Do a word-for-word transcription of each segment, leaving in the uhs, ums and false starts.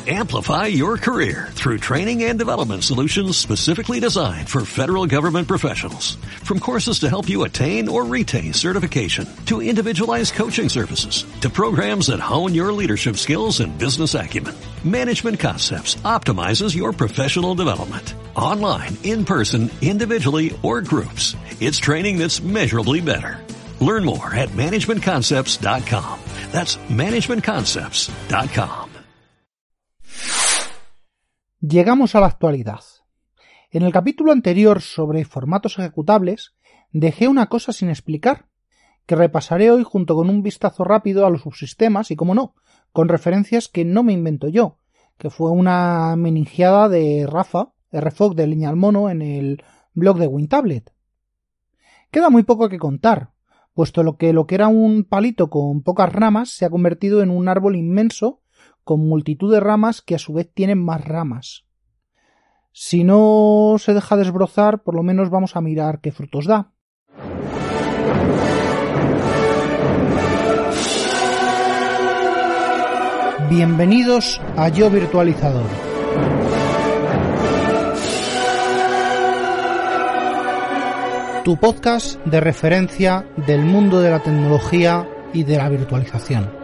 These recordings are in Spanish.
Amplify your career through training and development solutions specifically designed for federal government professionals. From courses to help you attain or retain certification, to individualized coaching services, to programs that hone your leadership skills and business acumen, Management Concepts optimizes your professional development. Online, in person, individually, or groups, it's training that's measurably better. Learn more at management concepts dot com. That's management concepts dot com. Llegamos a la actualidad. En el capítulo anterior sobre formatos ejecutables dejé una cosa sin explicar, que repasaré hoy junto con un vistazo rápido a los subsistemas y, como no, con referencias que no me invento yo, que fue una meningiada de Rafa, R F O C de Leña al Mono, en el blog de WinTablet. Queda muy poco que contar, puesto lo que lo que era un palito con pocas ramas se ha convertido en un árbol inmenso con multitud de ramas que a su vez tienen más ramas. Si no se deja desbrozar, por lo menos vamos a mirar qué frutos da. Bienvenidos a Yo Virtualizador. Tu podcast de referencia del mundo de la tecnología y de la virtualización.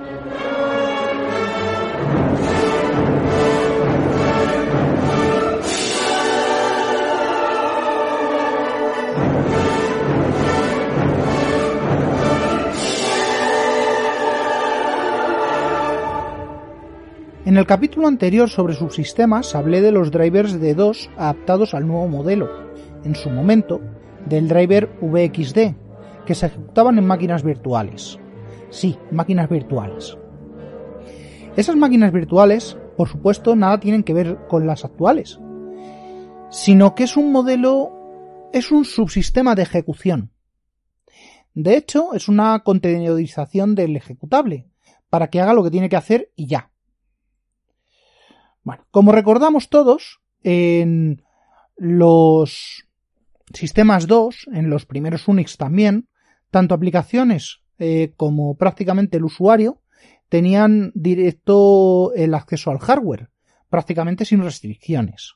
En el capítulo anterior sobre subsistemas hablé de los drivers de DOS adaptados al nuevo modelo, en su momento, del driver V X D, que se ejecutaban en máquinas virtuales. Sí, máquinas virtuales. Esas máquinas virtuales, por supuesto, nada tienen que ver con las actuales, sino que es un modelo, es un subsistema de ejecución. De hecho, es una containerización del ejecutable, para que haga lo que tiene que hacer y ya. Bueno, como recordamos todos, en los sistemas DOS, en los primeros Unix también, tanto aplicaciones eh, como prácticamente el usuario tenían directo el acceso al hardware, prácticamente sin restricciones.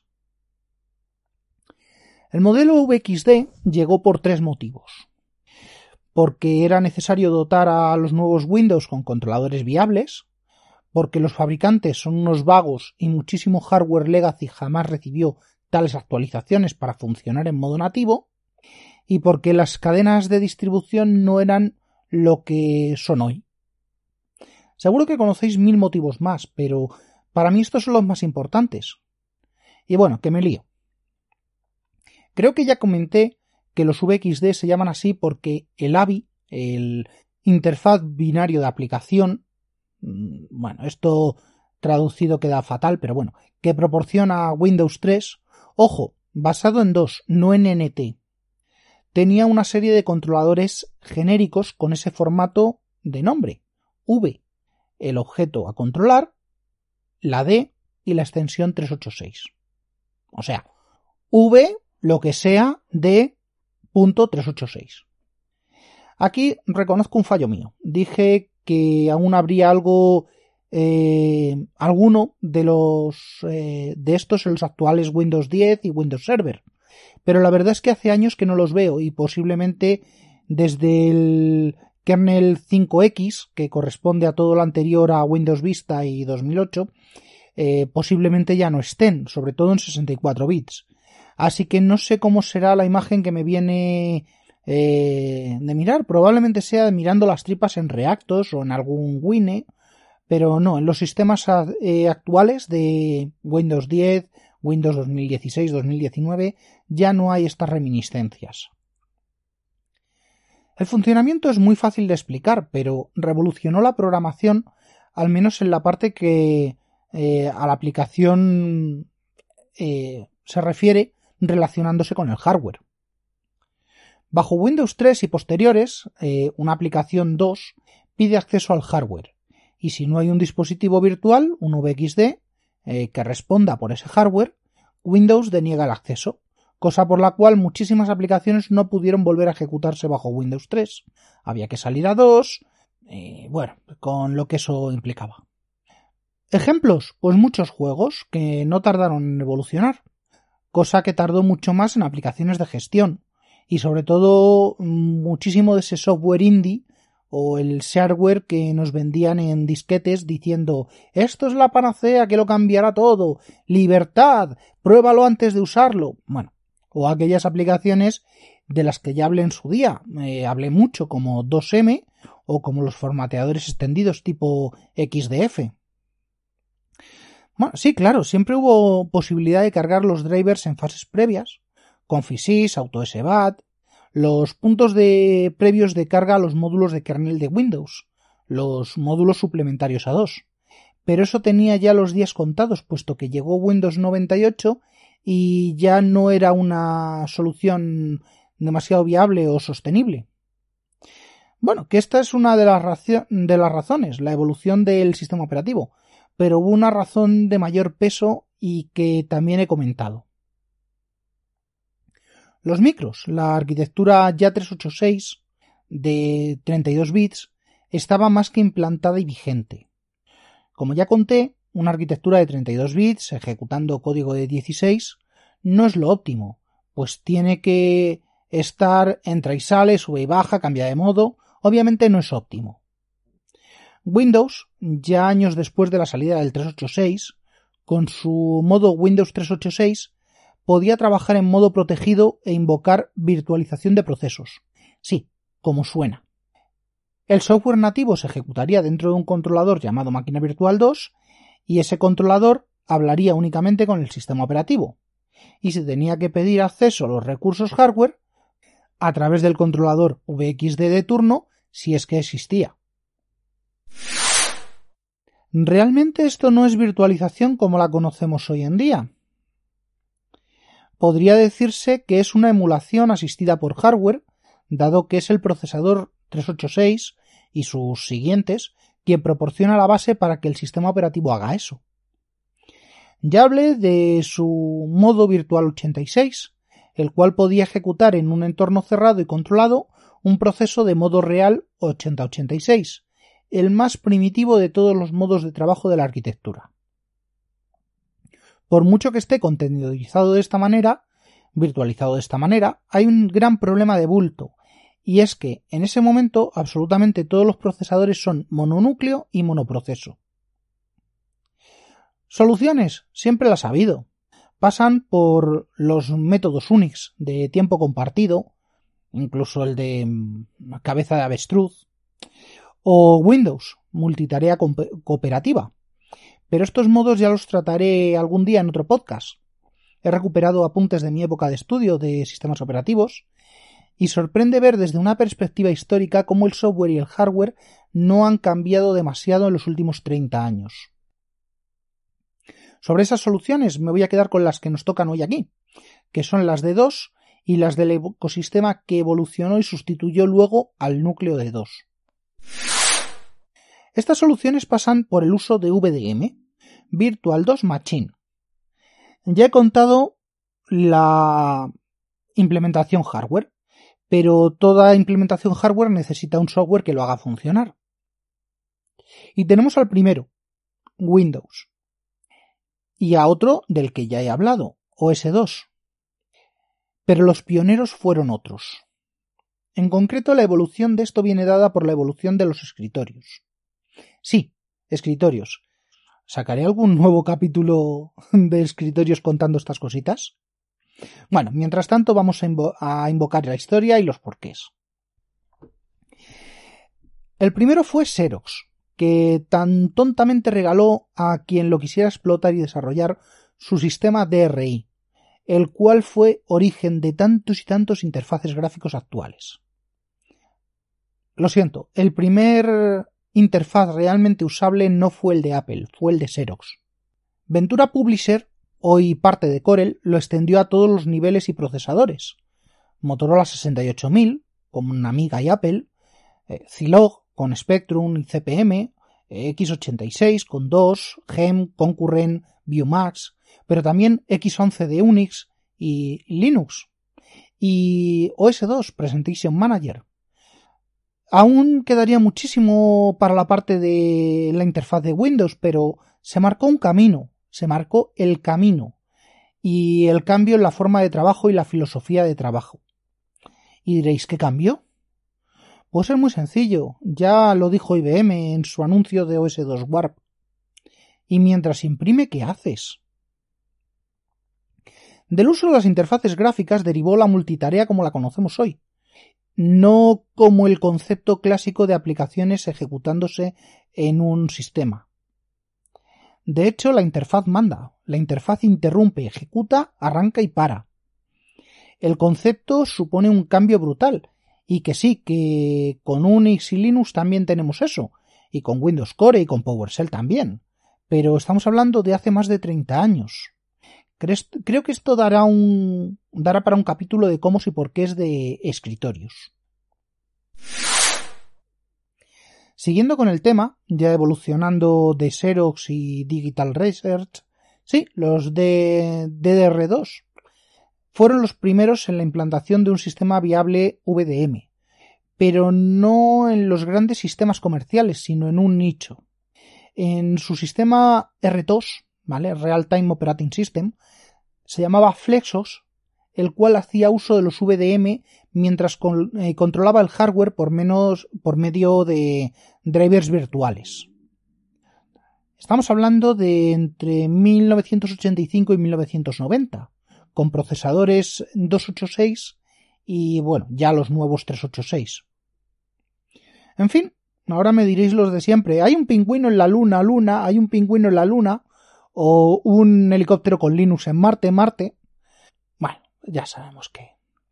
El modelo V X D llegó por tres motivos. Porque era necesario dotar a los nuevos Windows con controladores viables, porque los fabricantes son unos vagos y muchísimo hardware legacy jamás recibió tales actualizaciones para funcionar en modo nativo, y porque las cadenas de distribución no eran lo que son hoy. Seguro que conocéis mil motivos más, pero para mí estos son los más importantes. Y bueno, que me lío. Creo que ya comenté que los V X D se llaman así porque el A B I, el interfaz binario de aplicación, bueno, esto traducido queda fatal, pero bueno, que proporciona Windows tres, ojo, basado en DOS, no en N T. Tenía una serie de controladores genéricos con ese formato de nombre, V, el objeto a controlar, la D y la extensión trescientos ochenta y seis. O sea, V, lo que sea, D punto trescientos ochenta y seis. Aquí reconozco un fallo mío. Dije que aún habría algo, eh, alguno de los eh, de estos en los actuales Windows diez y Windows Server, pero la verdad es que hace años que no los veo y posiblemente desde el kernel cinco equis, que corresponde a todo lo anterior a Windows Vista y dos mil ocho, eh, posiblemente ya no estén, sobre todo en sesenta y cuatro bits. Así que no sé cómo será la imagen que me viene Eh, de mirar, probablemente sea mirando las tripas en Reactos o en algún Wine, pero no, en los sistemas eh, actuales de Windows diez, Windows dos mil dieciséis, dos mil diecinueve ya no hay estas reminiscencias. El funcionamiento es muy fácil de explicar, pero revolucionó la programación, al menos en la parte que eh, a la aplicación eh, se refiere relacionándose con el hardware. Bajo Windows tres y posteriores, eh, una aplicación DOS pide acceso al hardware, y si no hay un dispositivo virtual, un V X D, eh, que responda por ese hardware, Windows deniega el acceso, cosa por la cual muchísimas aplicaciones no pudieron volver a ejecutarse bajo Windows tres. Había que salir a DOS, eh, bueno, con lo que eso implicaba. Ejemplos, pues muchos juegos que no tardaron en evolucionar, cosa que tardó mucho más en aplicaciones de gestión, y sobre todo muchísimo de ese software indie o el shareware que nos vendían en disquetes diciendo esto es la panacea que lo cambiará todo, libertad, pruébalo antes de usarlo. Bueno, o aquellas aplicaciones de las que ya hablé en su día, eh, hablé mucho como dos eme o como los formateadores extendidos tipo equis de efe. Bueno, sí, claro, siempre hubo posibilidad de cargar los drivers en fases previas, con FreeSys, AutoSbat, los puntos de previos de carga a los módulos de kernel de Windows, los módulos suplementarios a dos. Pero eso tenía ya los días contados, puesto que llegó Windows noventa y ocho y ya no era una solución demasiado viable o sostenible. Bueno, que esta es una de las, de las razones, la evolución del sistema operativo, pero hubo una razón de mayor peso y que también he comentado. Los micros, la arquitectura ya trescientos ochenta y seis de treinta y dos bits estaba más que implantada y vigente. Como ya conté, una arquitectura de treinta y dos bits ejecutando código de dieciséis no es lo óptimo, pues tiene que estar entra y sale, sube y baja, cambia de modo, obviamente no es óptimo. Windows, ya años después de la salida del trescientos ochenta y seis, con su modo Windows trescientos ochenta y seis, podía trabajar en modo protegido e invocar virtualización de procesos. Sí, como suena. El software nativo se ejecutaría dentro de un controlador llamado Máquina Virtual dos y ese controlador hablaría únicamente con el sistema operativo. Y se tenía que pedir acceso a los recursos hardware a través del controlador V X D de turno si es que existía. Realmente esto no es virtualización como la conocemos hoy en día. Podría decirse que es una emulación asistida por hardware, dado que es el procesador trescientos ochenta y seis y sus siguientes quien proporciona la base para que el sistema operativo haga eso. Ya hablé de su modo virtual ochenta y seis, el cual podía ejecutar en un entorno cerrado y controlado un proceso de modo real ochenta ochenta y seis, el más primitivo de todos los modos de trabajo de la arquitectura. Por mucho que esté containerizado de esta manera, virtualizado de esta manera, hay un gran problema de bulto, y es que en ese momento absolutamente todos los procesadores son mononúcleo y monoproceso. Soluciones, siempre las ha habido. Pasan por los métodos Unix de tiempo compartido, incluso el de cabeza de avestruz, o Windows, multitarea cooperativa. Pero estos modos ya los trataré algún día en otro podcast. He recuperado apuntes de mi época de estudio de sistemas operativos y sorprende ver desde una perspectiva histórica cómo el software y el hardware no han cambiado demasiado en los últimos treinta años. Sobre esas soluciones me voy a quedar con las que nos tocan hoy aquí, que son las de DOS y las del ecosistema que evolucionó y sustituyó luego al núcleo de DOS. Estas soluciones pasan por el uso de V D M, Virtual DOS Machine. Ya he contado la implementación hardware, pero toda implementación hardware necesita un software que lo haga funcionar. Y tenemos al primero, Windows, y a otro del que ya he hablado, O ese dos. Pero los pioneros fueron otros. En concreto, la evolución de esto viene dada por la evolución de los escritorios. Sí, escritorios. ¿Sacaré algún nuevo capítulo de escritorios contando estas cositas? Bueno, mientras tanto vamos a, invo- a invocar la historia y los porqués. El primero fue Xerox, que tan tontamente regaló a quien lo quisiera explotar y desarrollar su sistema D R I, el cual fue origen de tantos y tantos interfaces gráficos actuales. Lo siento, el primer interfaz realmente usable no fue el de Apple, fue el de Xerox. Ventura Publisher, hoy parte de Corel, lo extendió a todos los niveles y procesadores. Motorola sesenta y ocho mil, con Amiga y Apple, eh, Zilog con Spectrum y C P M, eh, equis ochenta y seis con DOS, Gem, Concurrent, Vuemax, pero también equis once de Unix y Linux, y O ese dos, Presentation Manager. Aún quedaría muchísimo para la parte de la interfaz de Windows, pero Se marcó un camino, se marcó el camino y el cambio en la forma de trabajo y la filosofía de trabajo. Y diréis, ¿qué cambió? Pues es muy sencillo, ya lo dijo I B M en su anuncio de O S dos Warp. Y mientras imprime, ¿qué haces? Del uso de las interfaces gráficas derivó la multitarea como la conocemos hoy, no como el concepto clásico de aplicaciones ejecutándose en un sistema. De hecho, la interfaz manda, la interfaz interrumpe, ejecuta, arranca y para. El concepto supone un cambio brutal, y que sí, que con Unix y Linux también tenemos eso, y con Windows Core y con PowerShell también, pero estamos hablando de hace más de treinta años. Creo que esto dará un dará para un capítulo de cómo y por qué es de escritorios. Siguiendo con el tema, ya evolucionando de Xerox y Digital Research, sí, los de D D R dos fueron los primeros en la implantación de un sistema viable V D M, pero no en los grandes sistemas comerciales, sino en un nicho. En su sistema R T O S, ¿vale? Real Time Operating System, se llamaba Flexos, el cual hacía uso de los V D M mientras con, eh, controlaba el hardware por, menos, por medio de drivers virtuales. Estamos hablando de entre mil novecientos ochenta y cinco y mil novecientos noventa, con procesadores doscientos ochenta y seis y, bueno, ya los nuevos trescientos ochenta y seis. En fin, ahora me diréis los de siempre. Hay un pingüino en la luna, luna, hay un pingüino en la luna, o un helicóptero con Linux en Marte, Marte. Bueno, ya sabemos que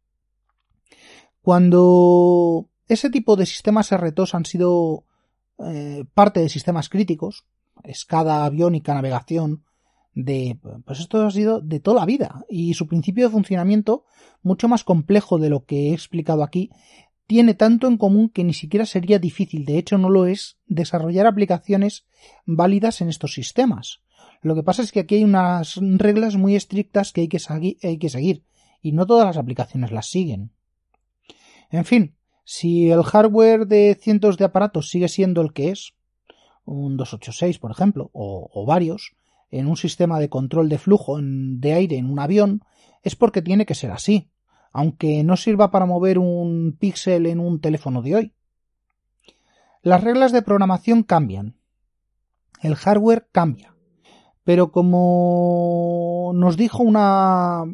cuando ese tipo de sistemas R T O S han sido eh, parte de sistemas críticos, SCADA, aviónica, navegación, de, pues esto ha sido de toda la vida, y su principio de funcionamiento, mucho más complejo de lo que he explicado aquí, tiene tanto en común que ni siquiera sería difícil, de hecho no lo es, desarrollar aplicaciones válidas en estos sistemas. Lo que pasa es que aquí hay unas reglas muy estrictas que hay que, segui- hay que seguir, y no todas las aplicaciones las siguen. En fin, si el hardware de cientos de aparatos sigue siendo el que es, un doscientos ochenta y seis por ejemplo, o, o varios, en un sistema de control de flujo en, de aire en un avión, es porque tiene que ser así, aunque no sirva para mover un píxel en un teléfono de hoy. Las reglas de programación cambian, el hardware cambia, pero como nos dijo una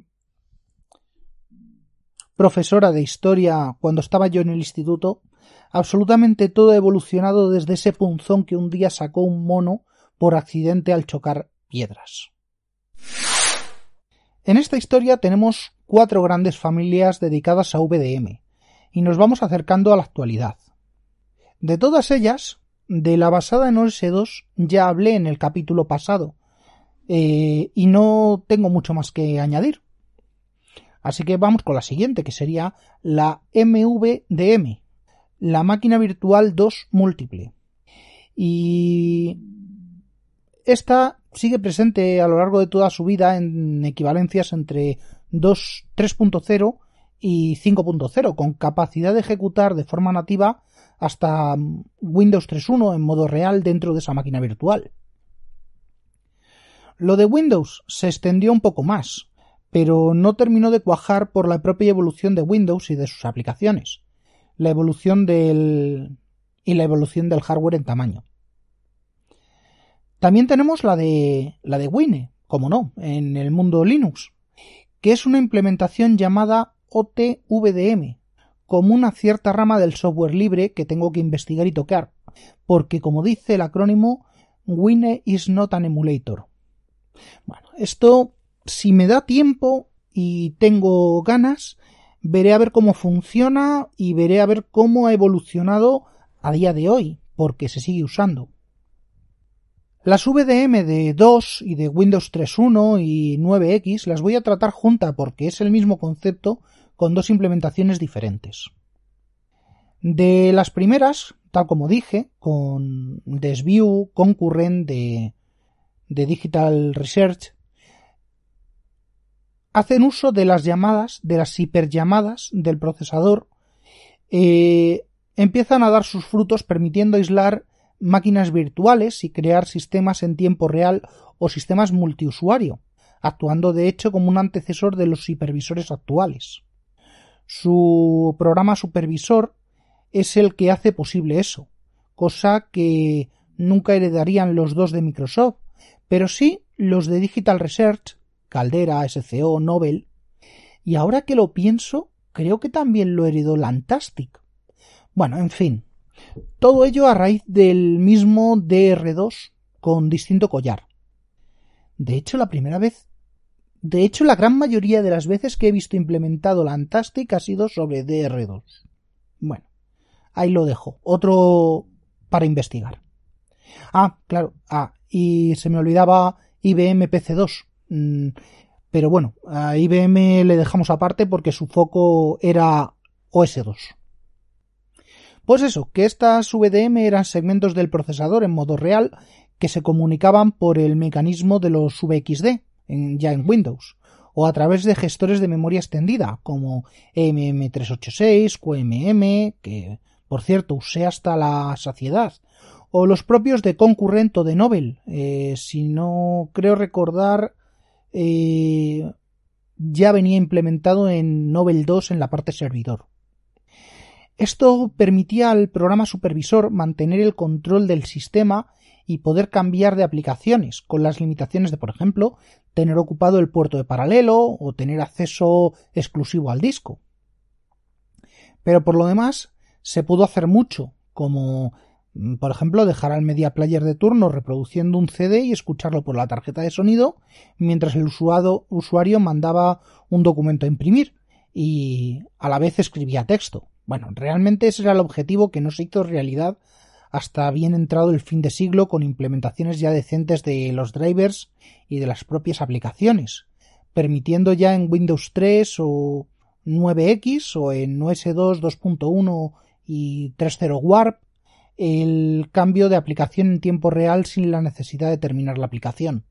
profesora de historia cuando estaba yo en el instituto, absolutamente todo ha evolucionado desde ese punzón que un día sacó un mono por accidente al chocar piedras. En esta historia tenemos cuatro grandes familias dedicadas a V D M, y nos vamos acercando a la actualidad. De todas ellas, de la basada en O S dos ya hablé en el capítulo pasado, eh, y no tengo mucho más que añadir. Así que vamos con la siguiente, que sería la M V D M, la máquina virtual dos múltiple. Y esta sigue presente a lo largo de toda su vida en equivalencias entre dos, tres punto cero y cinco punto cero, con capacidad de ejecutar de forma nativa hasta Windows tres punto uno en modo real dentro de esa máquina virtual. Lo de Windows se extendió un poco más, pero no terminó de cuajar por la propia evolución de Windows y de sus aplicaciones, la evolución del y la evolución del hardware en tamaño. También tenemos la de la de Wine, como no, en el mundo Linux, que es una implementación llamada O T V D M, como una cierta rama del software libre que tengo que investigar y tocar, porque como dice el acrónimo, Wine is not an emulator. Bueno, esto, si me da tiempo y tengo ganas, veré a ver cómo funciona y veré a ver cómo ha evolucionado a día de hoy, porque se sigue usando. Las V D M de dos y de Windows tres punto uno y nueve equis las voy a tratar juntas porque es el mismo concepto con dos implementaciones diferentes. De las primeras, tal como dije, con DesView, Concurrent de, de Digital Research, hacen uso de las llamadas, de las hiperllamadas del procesador, eh, empiezan a dar sus frutos permitiendo aislar máquinas virtuales y crear sistemas en tiempo real o sistemas multiusuario, actuando de hecho como un antecesor de los hipervisores actuales. Su programa supervisor es el que hace posible eso, cosa que nunca heredarían los dos de Microsoft, pero sí los de Digital Research, Caldera, S C O, Novell, y ahora que lo pienso, creo que también lo heredó Lantastic. Bueno, en fin, todo ello a raíz del mismo D R dos con distinto collar. De hecho, la primera vez, de hecho, la gran mayoría de las veces que he visto implementado Lantastic ha sido sobre D R dos. Bueno, ahí lo dejo. Otro para investigar. Ah, claro, ah, y se me olvidaba I B M P C dos. Mm, pero bueno, a I B M le dejamos aparte porque su foco era O S dos. Pues eso, que estas V D M eran segmentos del procesador en modo real que se comunicaban por el mecanismo de los V X D, en, ya en Windows, o a través de gestores de memoria extendida, como E M M trescientos ochenta y seis, Q M M, que por cierto usé hasta la saciedad, o los propios de Concurrent o de Novell, eh, si no creo recordar, eh, ya venía implementado en Novell dos en la parte servidor. Esto permitía al programa supervisor mantener el control del sistema y poder cambiar de aplicaciones, con las limitaciones de, por ejemplo, tener ocupado el puerto de paralelo o tener acceso exclusivo al disco. Pero por lo demás, se pudo hacer mucho, como por ejemplo dejar al media player de turno reproduciendo un C D y escucharlo por la tarjeta de sonido mientras el usuario, usuario mandaba un documento a imprimir y a la vez escribía texto. Bueno, realmente ese era el objetivo que no se hizo realidad hasta bien entrado el fin de siglo, con implementaciones ya decentes de los drivers y de las propias aplicaciones, permitiendo ya en Windows tres o nueve equis o en O S dos dos punto uno y tres punto cero Warp el cambio de aplicación en tiempo real sin la necesidad de terminar la aplicación.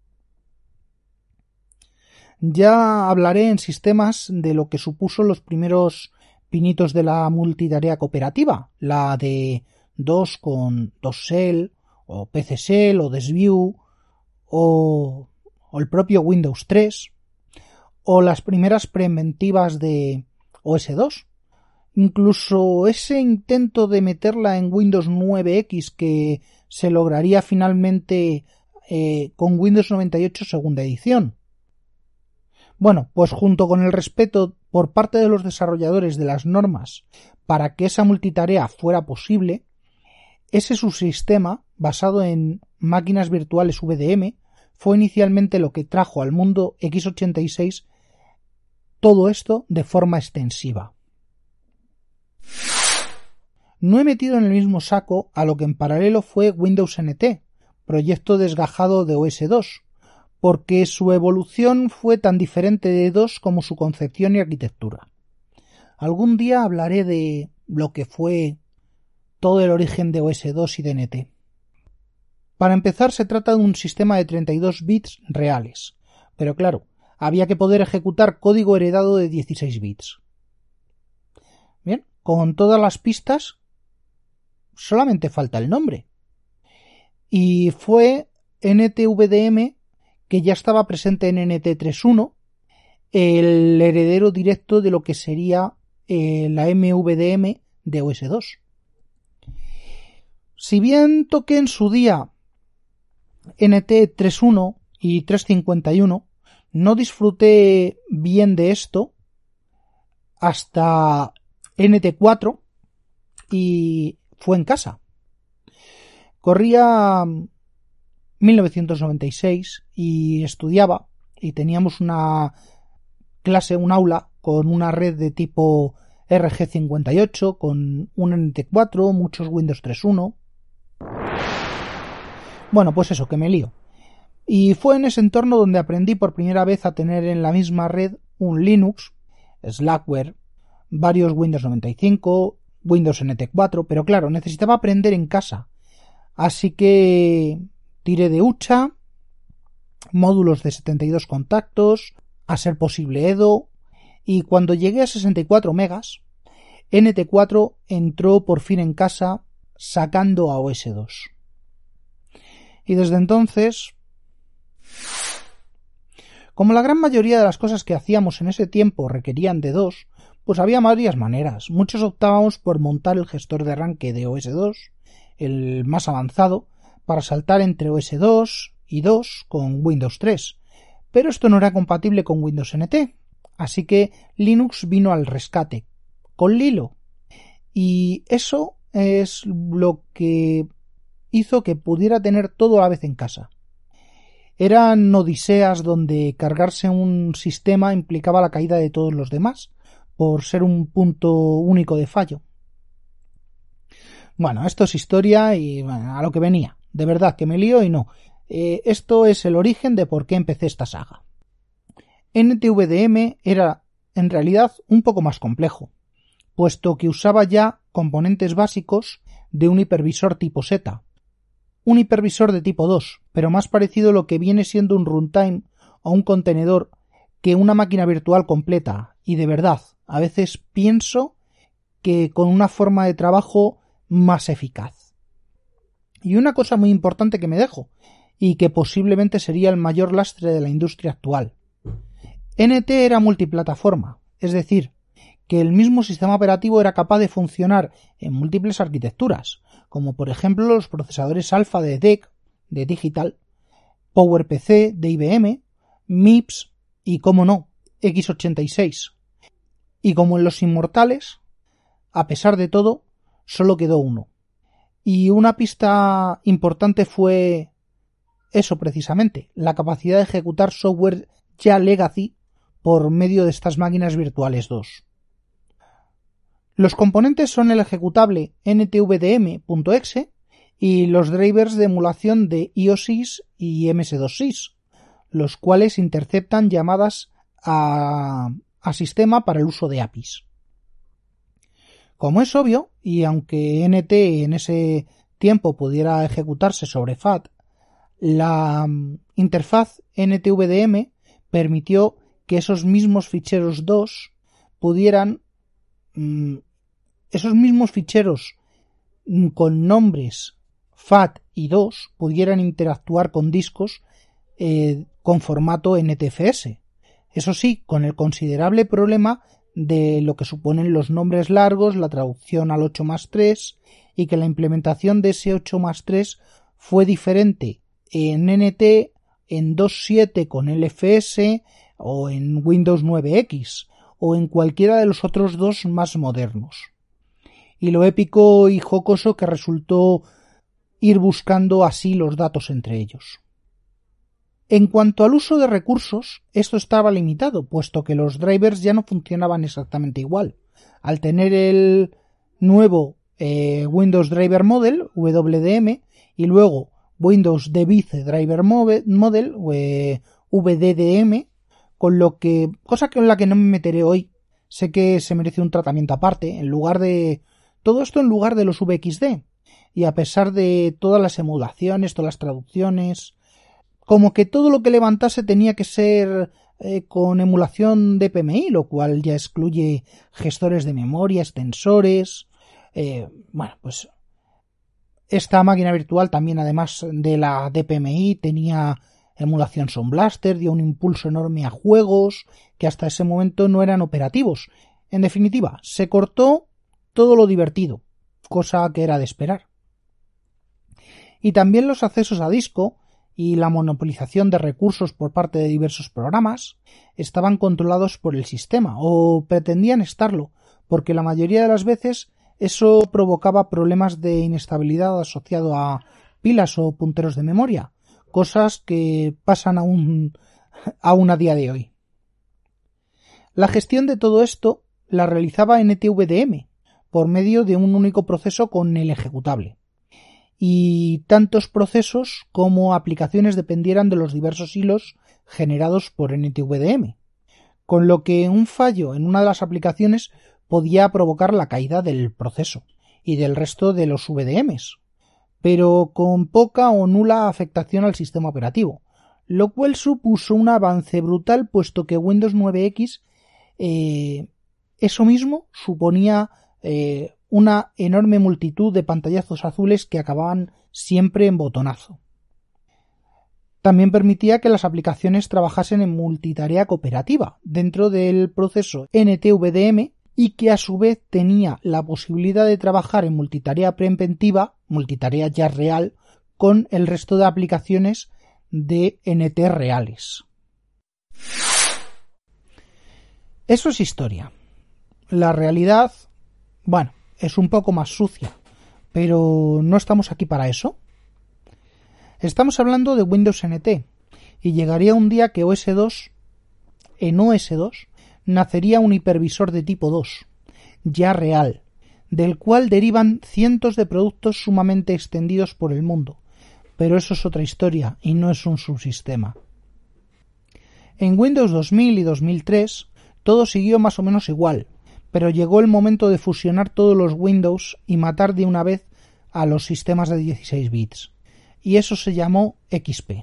Ya hablaré en sistemas de lo que supuso los primeros pinitos de la multitarea cooperativa, la de dos con dos shell, o P C Shell, o DesView, o, o el propio Windows tres, o las primeras preventivas de O S dos. Incluso ese intento de meterla en Windows nueve equis que se lograría finalmente eh, con Windows noventa y ocho segunda edición. Bueno, pues junto con el respeto por parte de los desarrolladores de las normas para que esa multitarea fuera posible, ese subsistema, basado en máquinas virtuales V D M, fue inicialmente lo que trajo al mundo equis ochenta y seis todo esto de forma extensiva. No he metido en el mismo saco a lo que en paralelo fue Windows N T, proyecto desgajado de O S dos, porque su evolución fue tan diferente de dos como su concepción y arquitectura. Algún día hablaré de lo que fue todo el origen de O S dos y de N T. Para empezar, se trata de un sistema de treinta y dos bits reales, pero claro, había que poder ejecutar código heredado de dieciséis bits. Bien, con todas las pistas, solamente falta el nombre. Y fue N T V D M, que ya estaba presente en N T tres punto uno, el heredero directo de lo que sería eh, la M V D M de O S dos. Si bien toqué en su día N T tres punto uno y tres punto cincuenta y uno, no disfruté bien de esto hasta N T cuatro y fue en casa. Corría mil novecientos noventa y seis y estudiaba y teníamos una clase, un aula con una red de tipo R G cincuenta y ocho, con un N T cuatro, muchos Windows tres punto uno. Bueno, pues eso, que me lío. Y fue en ese entorno donde aprendí por primera vez a tener en la misma red un Linux, Slackware, varios Windows noventa y cinco, Windows N T cuatro, pero claro, necesitaba aprender en casa. Así que tiré de hucha, módulos de setenta y dos contactos, a ser posible Edo, y cuando llegué a sesenta y cuatro megas, N T cuatro entró por fin en casa sacando a O S dos. Y desde entonces, como la gran mayoría de las cosas que hacíamos en ese tiempo requerían de dos, pues había varias maneras. Muchos optábamos por montar el gestor de arranque de O S dos, el más avanzado, para saltar entre O S dos y dos con Windows tres. Pero esto no era compatible con Windows N T, así que Linux vino al rescate, con Lilo. Y eso es lo que hizo que pudiera tener todo a la vez en casa. Eran odiseas donde cargarse un sistema implicaba la caída de todos los demás, por ser un punto único de fallo. Bueno, esto es historia y bueno, a lo que venía. De verdad que me lío y no. Eh, esto es el origen de por qué empecé esta saga. N T V D M era en realidad un poco más complejo, puesto que usaba ya componentes básicos de un hipervisor tipo Z. Un hipervisor de tipo dos, pero más parecido a lo que viene siendo un runtime o un contenedor que una máquina virtual completa. Y de verdad, a veces pienso que con una forma de trabajo más eficaz. Y una cosa muy importante que me dejo, y que posiblemente sería el mayor lastre de la industria actual. N T era multiplataforma, es decir, que el mismo sistema operativo era capaz de funcionar en múltiples arquitecturas, como por ejemplo los procesadores Alpha de D E C, de Digital, PowerPC de I B M, MIPS y, como no, equis ochenta y seis. Y como en los Inmortales, a pesar de todo, solo quedó uno. Y una pista importante fue eso precisamente, la capacidad de ejecutar software ya legacy por medio de estas máquinas virtuales dos. Los componentes son el ejecutable N T V D M punto E X E y los drivers de emulación de I O S I S y M S dos S I S, los cuales interceptan llamadas a, a sistema para el uso de A P Is. Como es obvio, y aunque N T en ese tiempo pudiera ejecutarse sobre F A T, la interfaz N T V D M permitió que esos mismos ficheros dos pudieran mmm, esos mismos ficheros mmm, con nombres F A T y dos pudieran interactuar con discos eh, con formato N T F S. Eso sí, con el considerable problema de lo que suponen los nombres largos, la traducción al ocho más tres y que la implementación de ese ocho más tres fue diferente en N T, en dos punto siete con L F S o en Windows nueve equis o en cualquiera de los otros dos más modernos. Y lo épico y jocoso que resultó ir buscando así los datos entre ellos. En cuanto al uso de recursos, esto estaba limitado, puesto que los drivers ya no funcionaban exactamente igual. Al tener el nuevo eh, Windows Driver Model, W D M, y luego Windows Device Driver Model, eh, V D D M, con lo que, cosa con la que no me meteré hoy, sé que se merece un tratamiento aparte, en lugar de, todo esto en lugar de los V X D, y a pesar de todas las emulaciones, todas las traducciones, como que todo lo que levantase tenía que ser eh, con emulación de P M I, lo cual ya excluye gestores de memoria, extensores. Eh, bueno, pues esta máquina virtual también, además de la de P M I, tenía emulación Sound Blaster, dio un impulso enorme a juegos que hasta ese momento no eran operativos. En definitiva, se cortó todo lo divertido, cosa que era de esperar. Y también los accesos a disco y la monopolización de recursos por parte de diversos programas estaban controlados por el sistema, o pretendían estarlo, porque la mayoría de las veces eso provocaba problemas de inestabilidad asociado a pilas o punteros de memoria, cosas que pasan aún, aún a día de hoy. La gestión de todo esto la realizaba N T V D M, por medio de un único proceso con el ejecutable. Y tantos procesos como aplicaciones dependieran de los diversos hilos generados por N T V D M, con lo que un fallo en una de las aplicaciones podía provocar la caída del proceso y del resto de los V D Ms, pero con poca o nula afectación al sistema operativo, lo cual supuso un avance brutal, puesto que Windows nueve equis eh, eso mismo suponía eh, una enorme multitud de pantallazos azules que acababan siempre en botonazo. También permitía que las aplicaciones trabajasen en multitarea cooperativa dentro del proceso N T V D M y que a su vez tenía la posibilidad de trabajar en multitarea preventiva, multitarea ya real, con el resto de aplicaciones de N T reales. Eso es historia. La realidad, bueno, es un poco más sucia, pero no estamos aquí para eso. Estamos hablando de Windows N T y llegaría un día que O S dos, en O S dos, nacería un hipervisor de tipo dos, ya real, del cual derivan cientos de productos sumamente extendidos por el mundo, pero eso es otra historia y no es un subsistema. En Windows dos mil y dos mil tres todo siguió más o menos igual, pero llegó el momento de fusionar todos los Windows y matar de una vez a los sistemas de dieciséis bits. Y eso se llamó X P.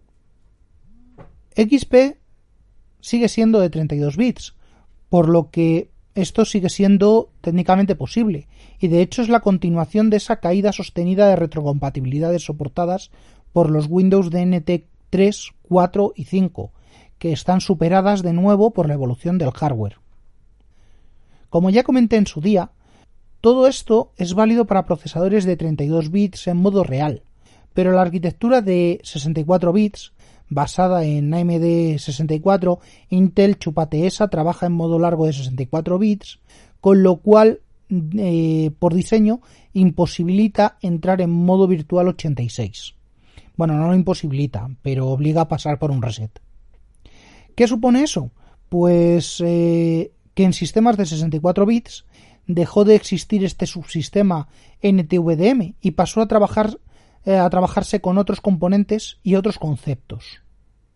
X P sigue siendo de treinta y dos bits, por lo que esto sigue siendo técnicamente posible, y de hecho es la continuación de esa caída sostenida de retrocompatibilidades soportadas por los Windows de N T tres, cuatro y cinco, que están superadas de nuevo por la evolución del hardware. Como ya comenté en su día, todo esto es válido para procesadores de treinta y dos bits en modo real, pero la arquitectura de sesenta y cuatro bits, basada en A M D sesenta y cuatro, Intel Chupa-T-E-S A trabaja en modo largo de sesenta y cuatro bits, con lo cual, eh, por diseño, imposibilita entrar en modo virtual ochenta y seis. Bueno, no lo imposibilita, pero obliga a pasar por un reset. ¿Qué supone eso? Pues eh, que en sistemas de sesenta y cuatro bits dejó de existir este subsistema N T V D M y pasó a trabajar eh, a trabajarse con otros componentes y otros conceptos.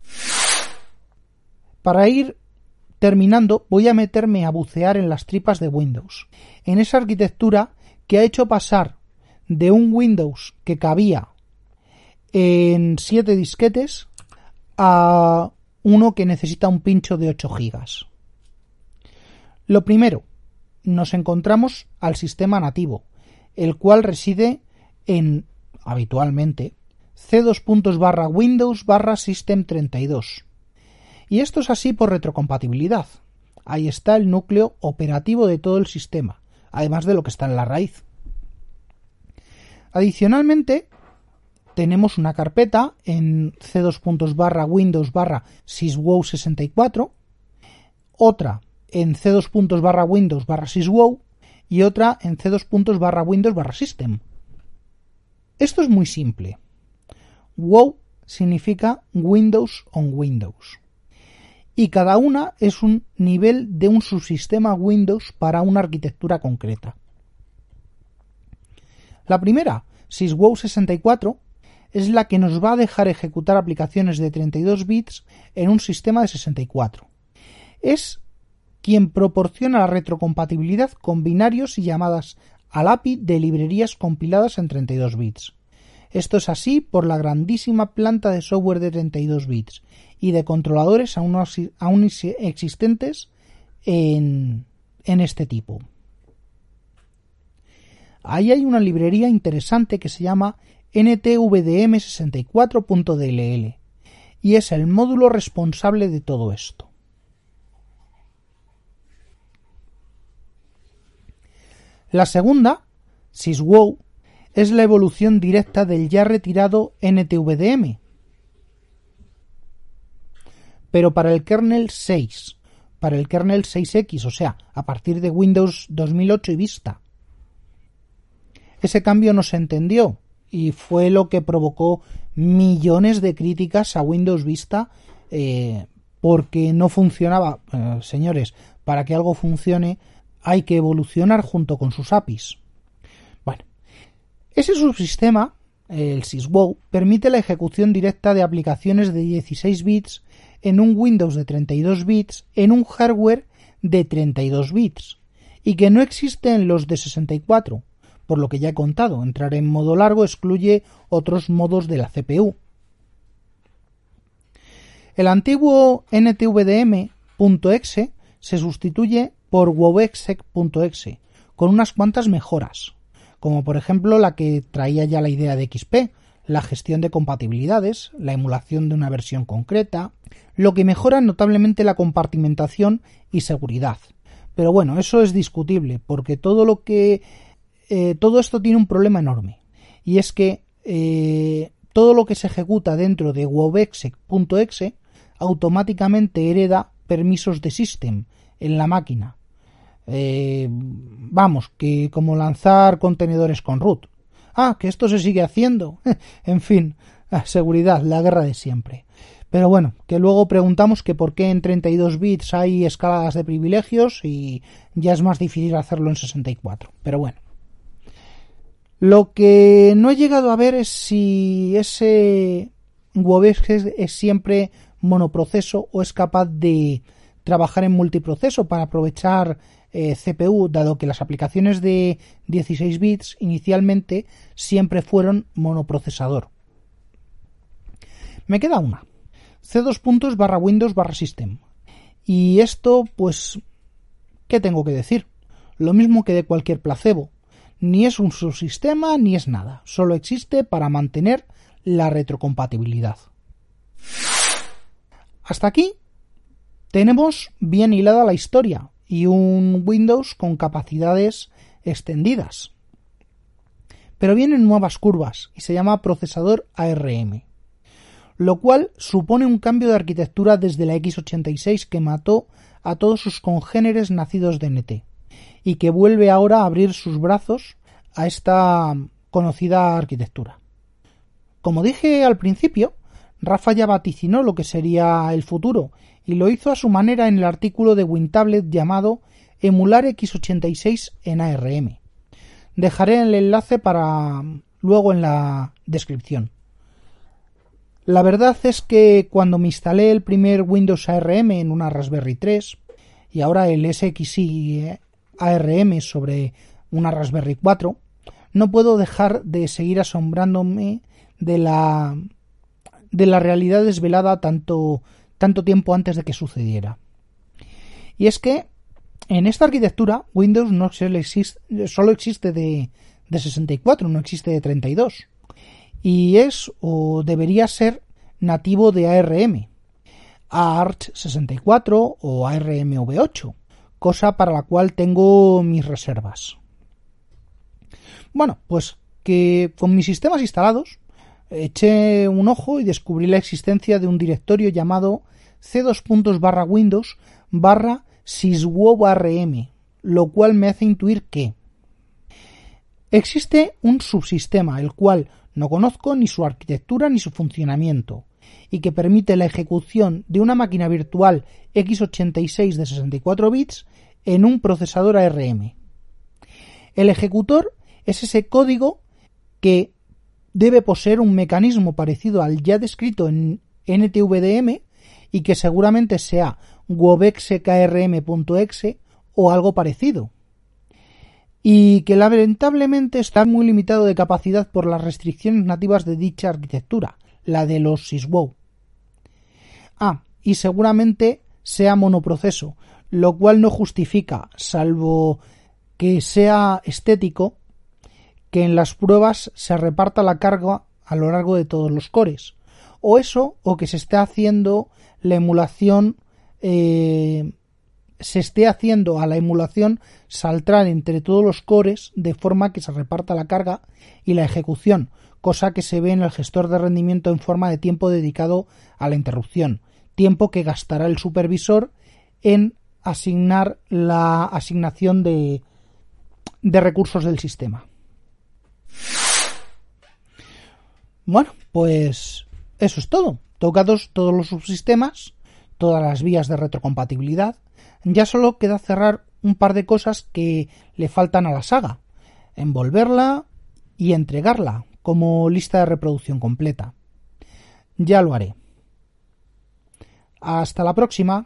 Para ir terminando, voy a meterme a bucear en las tripas de Windows, en esa arquitectura que ha hecho pasar de un Windows que cabía en siete disquetes a uno que necesita un pincho de ocho gigas. Lo primero, nos encontramos al sistema nativo, el cual reside en, habitualmente, C dos barra Windows barra System treinta y dos. Y esto es así por retrocompatibilidad. Ahí está el núcleo operativo de todo el sistema, además de lo que está en la raíz. Adicionalmente, tenemos una carpeta en C dos barra Windows barra syswow sesenta y cuatro, otra en C dos barra Windows barra syswow y otra en C dos barra Windows barra System. Esto es muy simple. Wow significa Windows on Windows. Y cada una es un nivel de un subsistema Windows para una arquitectura concreta. La primera, syswow sesenta y cuatro, es la que nos va a dejar ejecutar aplicaciones de treinta y dos bits en un sistema de sesenta y cuatro. Es quien proporciona la retrocompatibilidad con binarios y llamadas al A P I de librerías compiladas en treinta y dos bits. Esto es así por la grandísima planta de software de treinta y dos bits y de controladores aún, aún existentes en, en este tipo. Ahí hay una librería interesante que se llama N T V D M sesenta y cuatro punto D L L y es el módulo responsable de todo esto. La segunda, syswow, es la evolución directa del ya retirado N T V D M, pero para el kernel seis, para el kernel seis equis, o sea, a partir de Windows dos mil ocho y Vista. Ese cambio no se entendió y fue lo que provocó millones de críticas a Windows Vista eh, porque no funcionaba. Eh, señores, para que algo funcione hay que evolucionar junto con sus A P Is. Bueno, ese subsistema, el syswow, permite la ejecución directa de aplicaciones de dieciséis bits en un Windows de treinta y dos bits en un hardware de treinta y dos bits y que no existe en los de sesenta y cuatro. Por lo que ya he contado, entrar en modo largo excluye otros modos de la C P U. El antiguo N T V D M.exe se sustituye por wowexec.exe con unas cuantas mejoras, como por ejemplo la que traía ya la idea de X P, la gestión de compatibilidades, la emulación de una versión concreta, lo que mejora notablemente la compartimentación y seguridad. Pero bueno, eso es discutible, porque todo lo que eh, todo esto tiene un problema enorme, y es que eh, todo lo que se ejecuta dentro de wobexec.exe automáticamente hereda permisos de system en la máquina. Eh, vamos, que como lanzar contenedores con root. Ah, que esto se sigue haciendo. En fin, seguridad, la guerra de siempre. Pero bueno, que luego preguntamos que por qué en treinta y dos bits hay escaladas de privilegios y ya es más difícil hacerlo en sesenta y cuatro. Pero bueno. Lo que no he llegado a ver es si ese wobexec es siempre monoproceso o es capaz de trabajar en multiproceso para aprovechar eh, C P U, dado que las aplicaciones de dieciséis bits inicialmente siempre fueron monoprocesador. Me queda una. C dos puntos barra Windows barra System. Y esto, pues, ¿qué tengo que decir? Lo mismo que de cualquier placebo. Ni es un subsistema ni es nada. Solo existe para mantener la retrocompatibilidad. Hasta aquí tenemos bien hilada la historia y un Windows con capacidades extendidas. Pero vienen nuevas curvas y se llama procesador A R M, lo cual supone un cambio de arquitectura desde la equis ochenta y seis que mató a todos sus congéneres nacidos de N T y que vuelve ahora a abrir sus brazos a esta conocida arquitectura. Como dije al principio, Rafa ya vaticinó lo que sería el futuro y lo hizo a su manera en el artículo de WinTablet llamado Emular equis ochenta y seis en A R M. Dejaré el enlace para luego en la descripción. La verdad es que cuando me instalé el primer Windows A R M en una Raspberry tres y ahora el S X I A R M sobre una Raspberry cuatro, no puedo dejar de seguir asombrándome de la de la realidad desvelada tanto, tanto tiempo antes de que sucediera. Y es que en esta arquitectura Windows no solo existe, solo existe de, de sesenta y cuatro, no existe de treinta y dos. Y es o debería ser nativo de A R M, Arch sesenta y cuatro o A R M V ocho, cosa para la cual tengo mis reservas. Bueno, pues que con mis sistemas instalados eché un ojo y descubrí la existencia de un directorio llamado C dos puntos barra Windows barra syswobarm, lo cual me hace intuir que existe un subsistema, el cual no conozco ni su arquitectura ni su funcionamiento, y que permite la ejecución de una máquina virtual equis ochenta y seis de sesenta y cuatro bits en un procesador A R M. El ejecutor es ese código que debe poseer un mecanismo parecido al ya descrito en N T V D M y que seguramente sea wobexec.arm.exe o algo parecido, y que lamentablemente está muy limitado de capacidad por las restricciones nativas de dicha arquitectura, la de los syswow. Ah, y seguramente sea monoproceso, lo cual no justifica, salvo que sea estético, que en las pruebas se reparta la carga a lo largo de todos los cores, o eso, o que se esté haciendo la emulación, eh, se esté haciendo a la emulación saltar entre todos los cores de forma que se reparta la carga y la ejecución, cosa que se ve en el gestor de rendimiento en forma de tiempo dedicado a la interrupción, tiempo que gastará el supervisor en asignar la asignación de, de recursos del sistema. Bueno, pues eso es todo. Tocados todos los subsistemas, todas las vías de retrocompatibilidad, ya solo queda cerrar un par de cosas que le faltan a la saga: envolverla y entregarla como lista de reproducción completa. Ya lo haré. Hasta la próxima.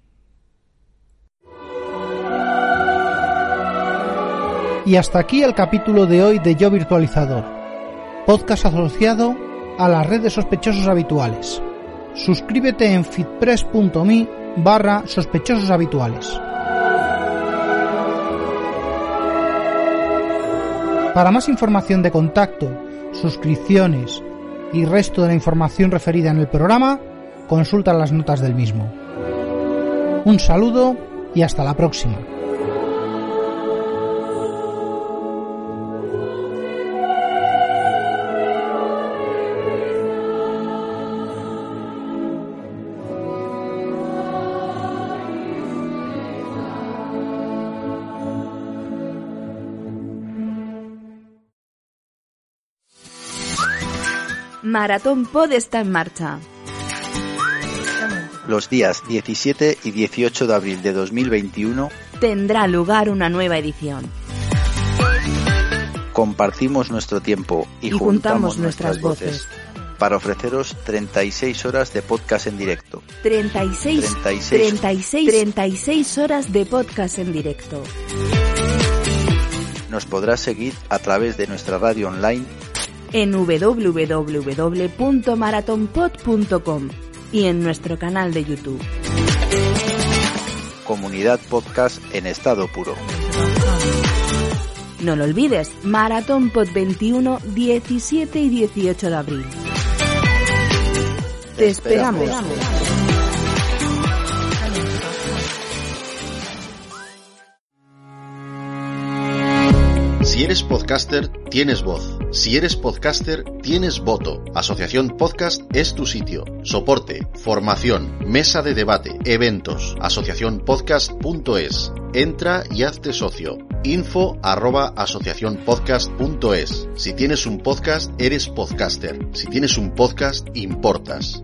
Y hasta aquí el capítulo de hoy de Yo Virtualizador, podcast asociado a la red de sospechosos habituales. Suscríbete en fitpress.me barra sospechosos habituales. Para más información de contacto, suscripciones, y resto de la información referida en el programa, consulta las notas del mismo. Un saludo y hasta la próxima. Maratón Pod está en marcha. Los días diecisiete y dieciocho de abril de dos mil veintiuno tendrá lugar una nueva edición. Compartimos nuestro tiempo y, y juntamos, juntamos nuestras, nuestras voces, voces para ofreceros treinta y seis horas de podcast en directo. treinta y seis, treinta y seis, treinta y seis, treinta y seis horas de podcast en directo. Nos podrás seguir a través de nuestra radio online en doble u doble u doble u punto maratonpod punto com y en nuestro canal de YouTube. Comunidad Podcast en estado puro. No lo olvides, Maratón Pod veintiuno, diecisiete y dieciocho de abril. Te, Te esperamos. esperamos. Si eres podcaster, tienes voz. Si eres podcaster, tienes voto. Asociación Podcast es tu sitio. Soporte, formación, mesa de debate, eventos. asociación podcast punto es. Entra y hazte socio. Info arroba asociación podcast punto es. Si tienes un podcast, eres podcaster. Si tienes un podcast, importas.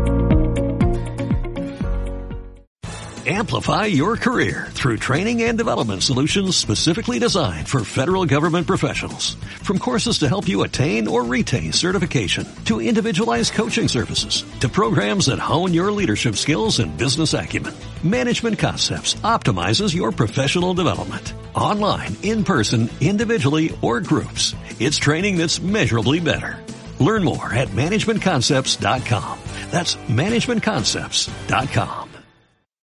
Amplify your career through training and development solutions specifically designed for federal government professionals. From courses to help you attain or retain certification, to individualized coaching services, to programs that hone your leadership skills and business acumen, Management Concepts optimizes your professional development. Online, in person, individually, or groups, it's training that's measurably better. Learn more at management concepts dot com. That's management concepts dot com.